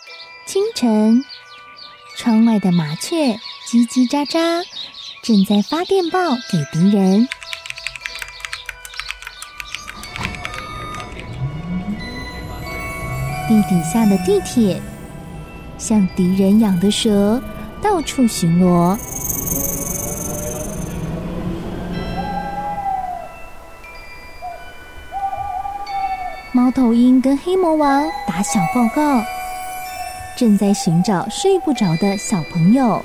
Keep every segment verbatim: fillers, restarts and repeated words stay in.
清晨，窗外的麻雀叽叽喳喳，正在发电报给敌人。地底下的地铁，像敌人养的蛇，到处巡逻。猫头鹰跟黑魔王打小报告，正在寻找睡不着的小朋友。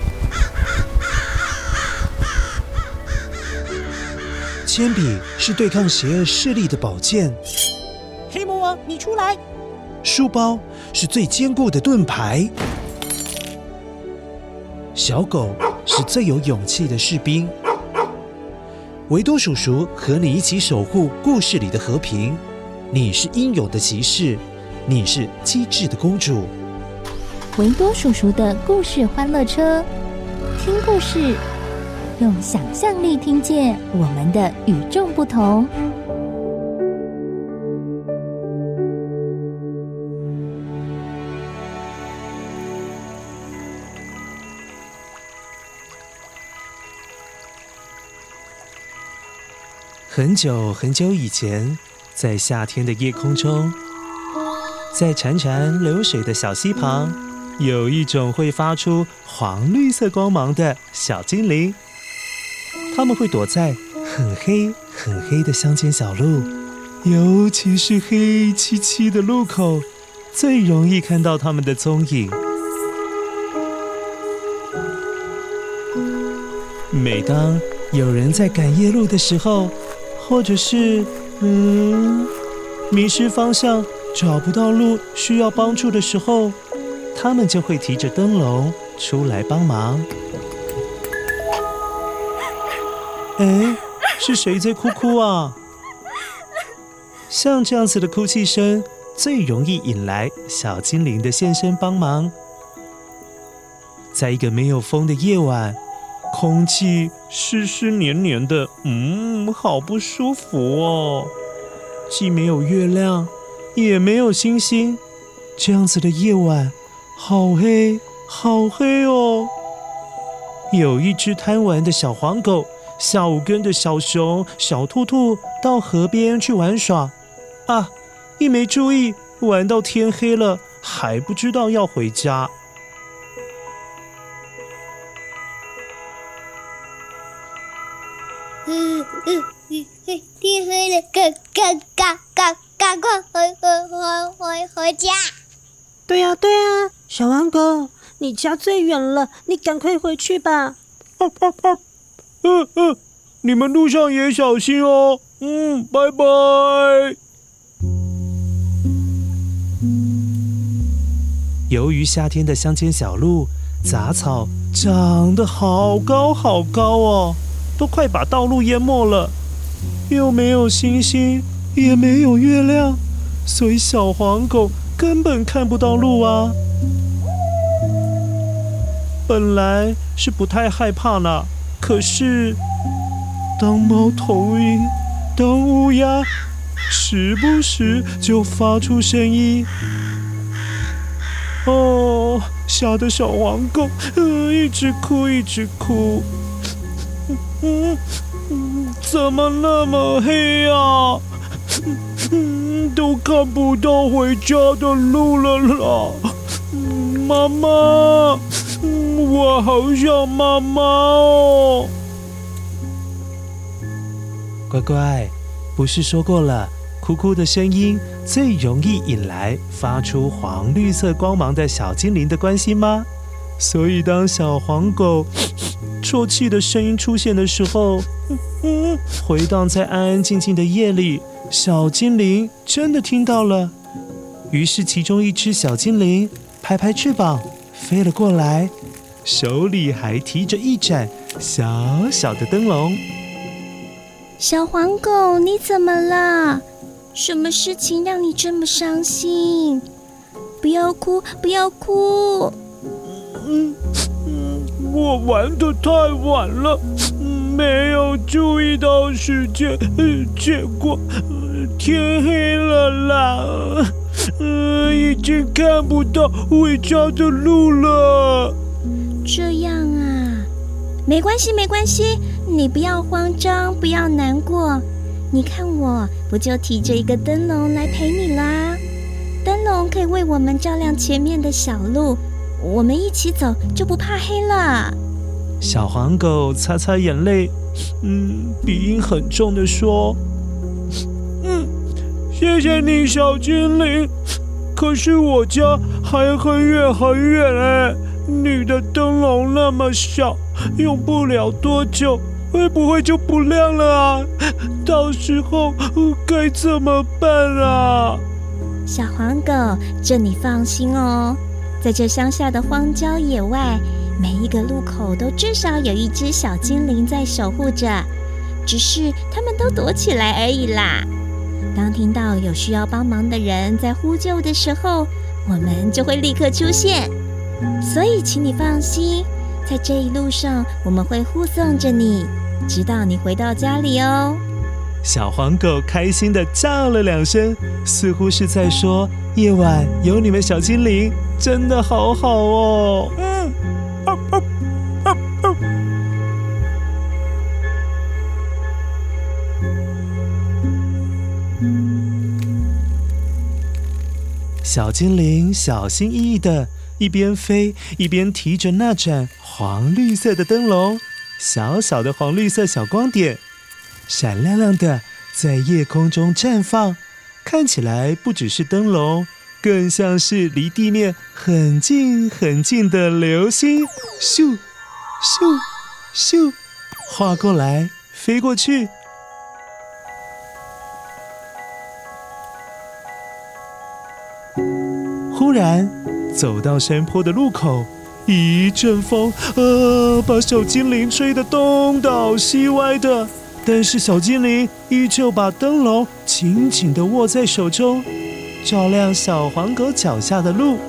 铅笔是对抗邪恶势力的宝剑， 黑魔王，你出来！ 书包是最坚固的盾牌，小狗是最有勇气的士兵。维多叔叔和你一起守护故事里的和平。你是英勇的骑士，你是机智的公主。 维多叔叔的故事欢乐车，听故事，用想象力听见我们的与众不同。 很久很久以前，在夏天的夜空中，在潺潺流水的小溪旁，有一种会发出黄绿色光芒的小精灵。它们会躲在很黑很黑的乡间小路，尤其是黑漆漆的路口，最容易看到它们的踪影。每当有人在赶夜路的时候，或者是嗯迷失方向，找不到路，需要帮助的时候，他们就会提着灯笼出来帮忙。哎，是谁在哭哭啊？像这样子的哭泣声，最容易引来小精灵的现身帮忙。在一个没有风的夜晚，空气湿湿黏黏的，嗯，好不舒服哦。既没有月亮，也没有星星，这样子的夜晚，好黑，好黑哦。有一只贪玩的小黄狗，下午跟着小熊、小兔兔到河边去玩耍，啊，一没注意，玩到天黑了，还不知道要回家。 嗯嗯嗯，天黑了，赶赶赶赶赶快回回回回回家！ 对呀、啊、对呀、啊，小黄狗，你家最远了，你赶快回去吧。 嗯嗯，你们路上也小心哦。嗯，拜拜。由于夏天的乡间小路，杂草长得好高好高哦，都快把道路淹没了。又没有星星，也没有月亮，所以小黄狗根本看不到路啊。本来是不太害怕啦，可是当猫头鹰、当乌鸦，时不时就发出声音。哦，吓得小黄狗、呃、一直哭一直哭。嗯嗯，怎么那么黑啊？嗯，都看不到回家的路了啦。嗯，妈妈，嗯，我好想妈妈哦。乖乖，不是说过了，哭哭的声音最容易引来发出黄绿色光芒的小精灵的关心吗？所以当小黄狗啜泣的声音出现的时候，嗯，回荡在安安静静的夜里，小精灵真的听到了。于是其中一只小精灵拍拍翅膀飞了过来，手里还提着一盏小小的灯笼。 小黄狗，你怎么了？什么事情让你这么伤心？不要哭，不要哭。 嗯嗯，我玩得太晚了，没有注意到时间，结果天黑了啦。呃， 已经看不到回家的路了。 这样啊，没关系，没关系，你不要慌张，不要难过。你看我不就提着一个灯笼来陪你啦？灯笼可以为我们照亮前面的小路，我们一起走就不怕黑了。 小黄狗擦擦眼泪，嗯，鼻音很重的说：“嗯，谢谢你，小精灵。可是我家还很远很远哎，你的灯笼那么小，用不了多久，会不会就不亮了啊？到时候该怎么办啊？” 小黄狗，这你放心哦，在这乡下的荒郊野外，每一个路口都至少有一只小精灵在守护着，只是他们都躲起来而已啦。当听到有需要帮忙的人在呼救的时候，我们就会立刻出现。所以请你放心，在这一路上我们会护送着你，直到你回到家里哦。 小黄狗开心地叫了两声，似乎是在说：“夜晚有你们小精灵，真的好好哦。”嗯，啊啊啊啊！小精灵小心翼翼地一边飞，一边提着那盏黄绿色的灯笼，小小的黄绿色小光点，闪亮亮的在夜空中绽放，看起来不只是灯笼，更像是离地面很近很近的流星，咻咻咻，划过来，飞过去。忽然，走到山坡的路口，一阵风，呃，把小精灵吹得东倒西歪的。但是小精灵依旧把灯笼紧紧地握在手中，照亮小黄狗脚下的路。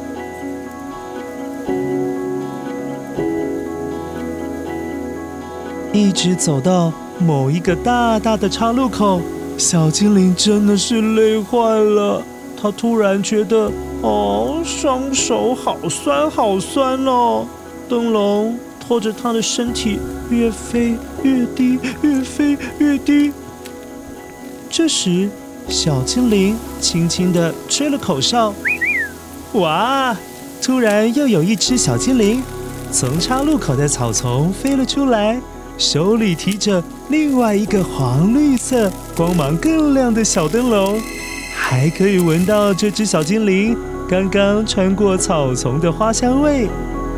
一直走到某一个大大的岔路口，小精灵真的是累坏了。他突然觉得，哦，双手好酸好酸哦。灯笼拖着他的身体越飞越低，越飞越低。这时，小精灵轻轻地吹了口哨，哇！突然又有一只小精灵从岔路口的草丛飞了出来，手里提着另外一个黄绿色、光芒更亮的小灯笼，还可以闻到这只小精灵刚刚穿过草丛的花香味。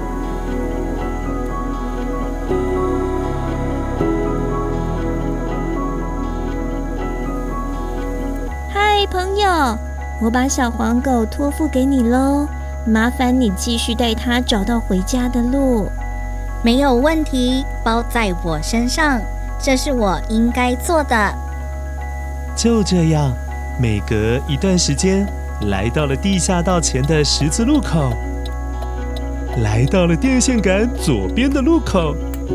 朋友，我把小黄狗托付给你喽，麻烦你继续带它找到回家的路。 没有问题，包在我身上，这是我应该做的。 就这样，每隔一段时间，来到了地下道前的十字路口，来到了电线杆左边的路口，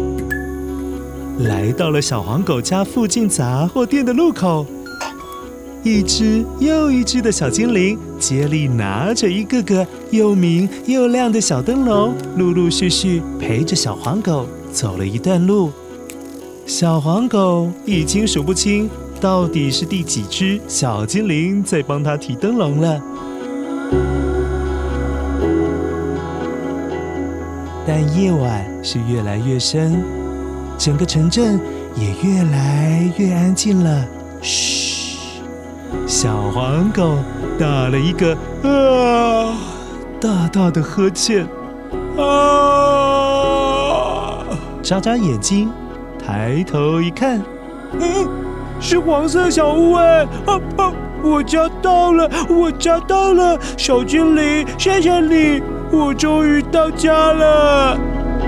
来到了小黄狗家附近杂货店的路口。一只又一只的小精灵接力拿着一个个又明又亮的小灯笼，陆陆续续陪着小黄狗走了一段路。小黄狗已经数不清到底是第几只小精灵在帮它提灯笼了。但夜晚是越来越深，整个城镇也越来越安静了。嘘。小黄狗打了一个啊大大的呵欠，啊，眨眨眼睛，抬头一看，嗯，是黄色小屋哎，啊啊，我家到了，我家到了，小精灵，谢谢你，我终于到家了。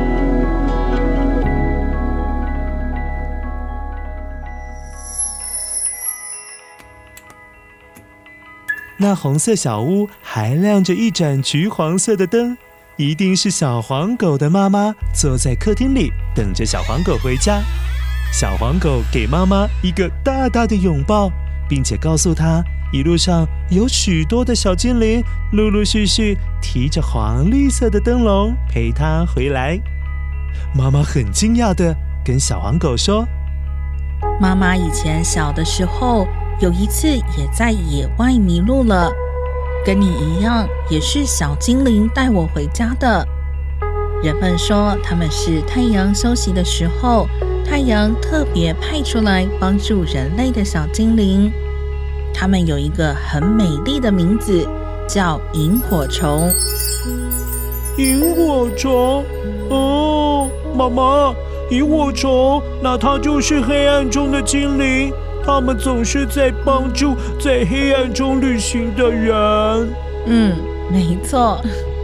那红色小屋还亮着一盏橘黄色的灯，一定是小黄狗的妈妈坐在客厅里等着小黄狗回家。小黄狗给妈妈一个大大的拥抱，并且告诉她一路上有许多的小精灵陆陆续续提着黄绿色的灯笼陪他回来。妈妈很惊讶地跟小黄狗说： 妈妈以前小的时候，有一次也在野外迷路了，跟你一样，也是小精灵带我回家的。人们说他们是太阳休息的时候，太阳特别派出来帮助人类的小精灵。他们有一个很美丽的名字，叫萤火虫。 萤火虫？哦，妈妈，萤火虫，那它就是黑暗中的精灵，他们总是在帮助在黑暗中旅行的人。 嗯，没错。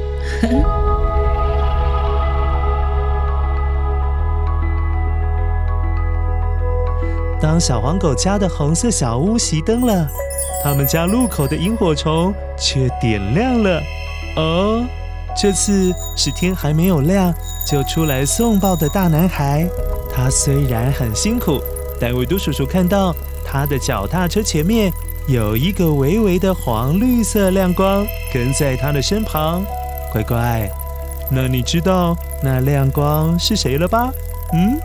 当小黄狗家的红色小屋熄灯了，他们家路口的萤火虫却点亮了。哦，这次是天还没有亮就出来送报的大男孩。他虽然很辛苦，但维多叔叔看到他的脚踏车前面有一个微微的黄绿色亮光跟在他的身旁。乖乖，那你知道那亮光是谁了吧？嗯？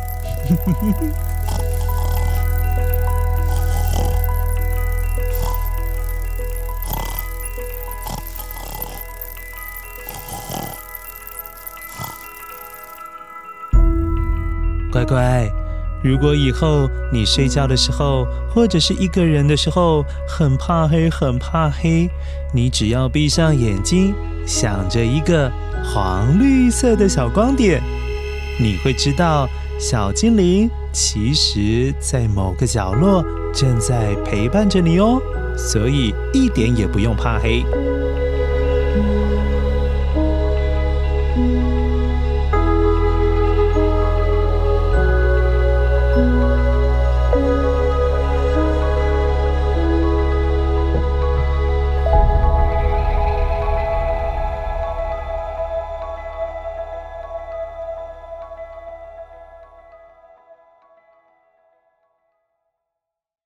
乖乖，如果以后你睡觉的时候，或者是一个人的时候，很怕黑，很怕黑，你只要闭上眼睛，想着一个黄绿色的小光点，你会知道小精灵其实在某个角落正在陪伴着你哦，所以一点也不用怕黑。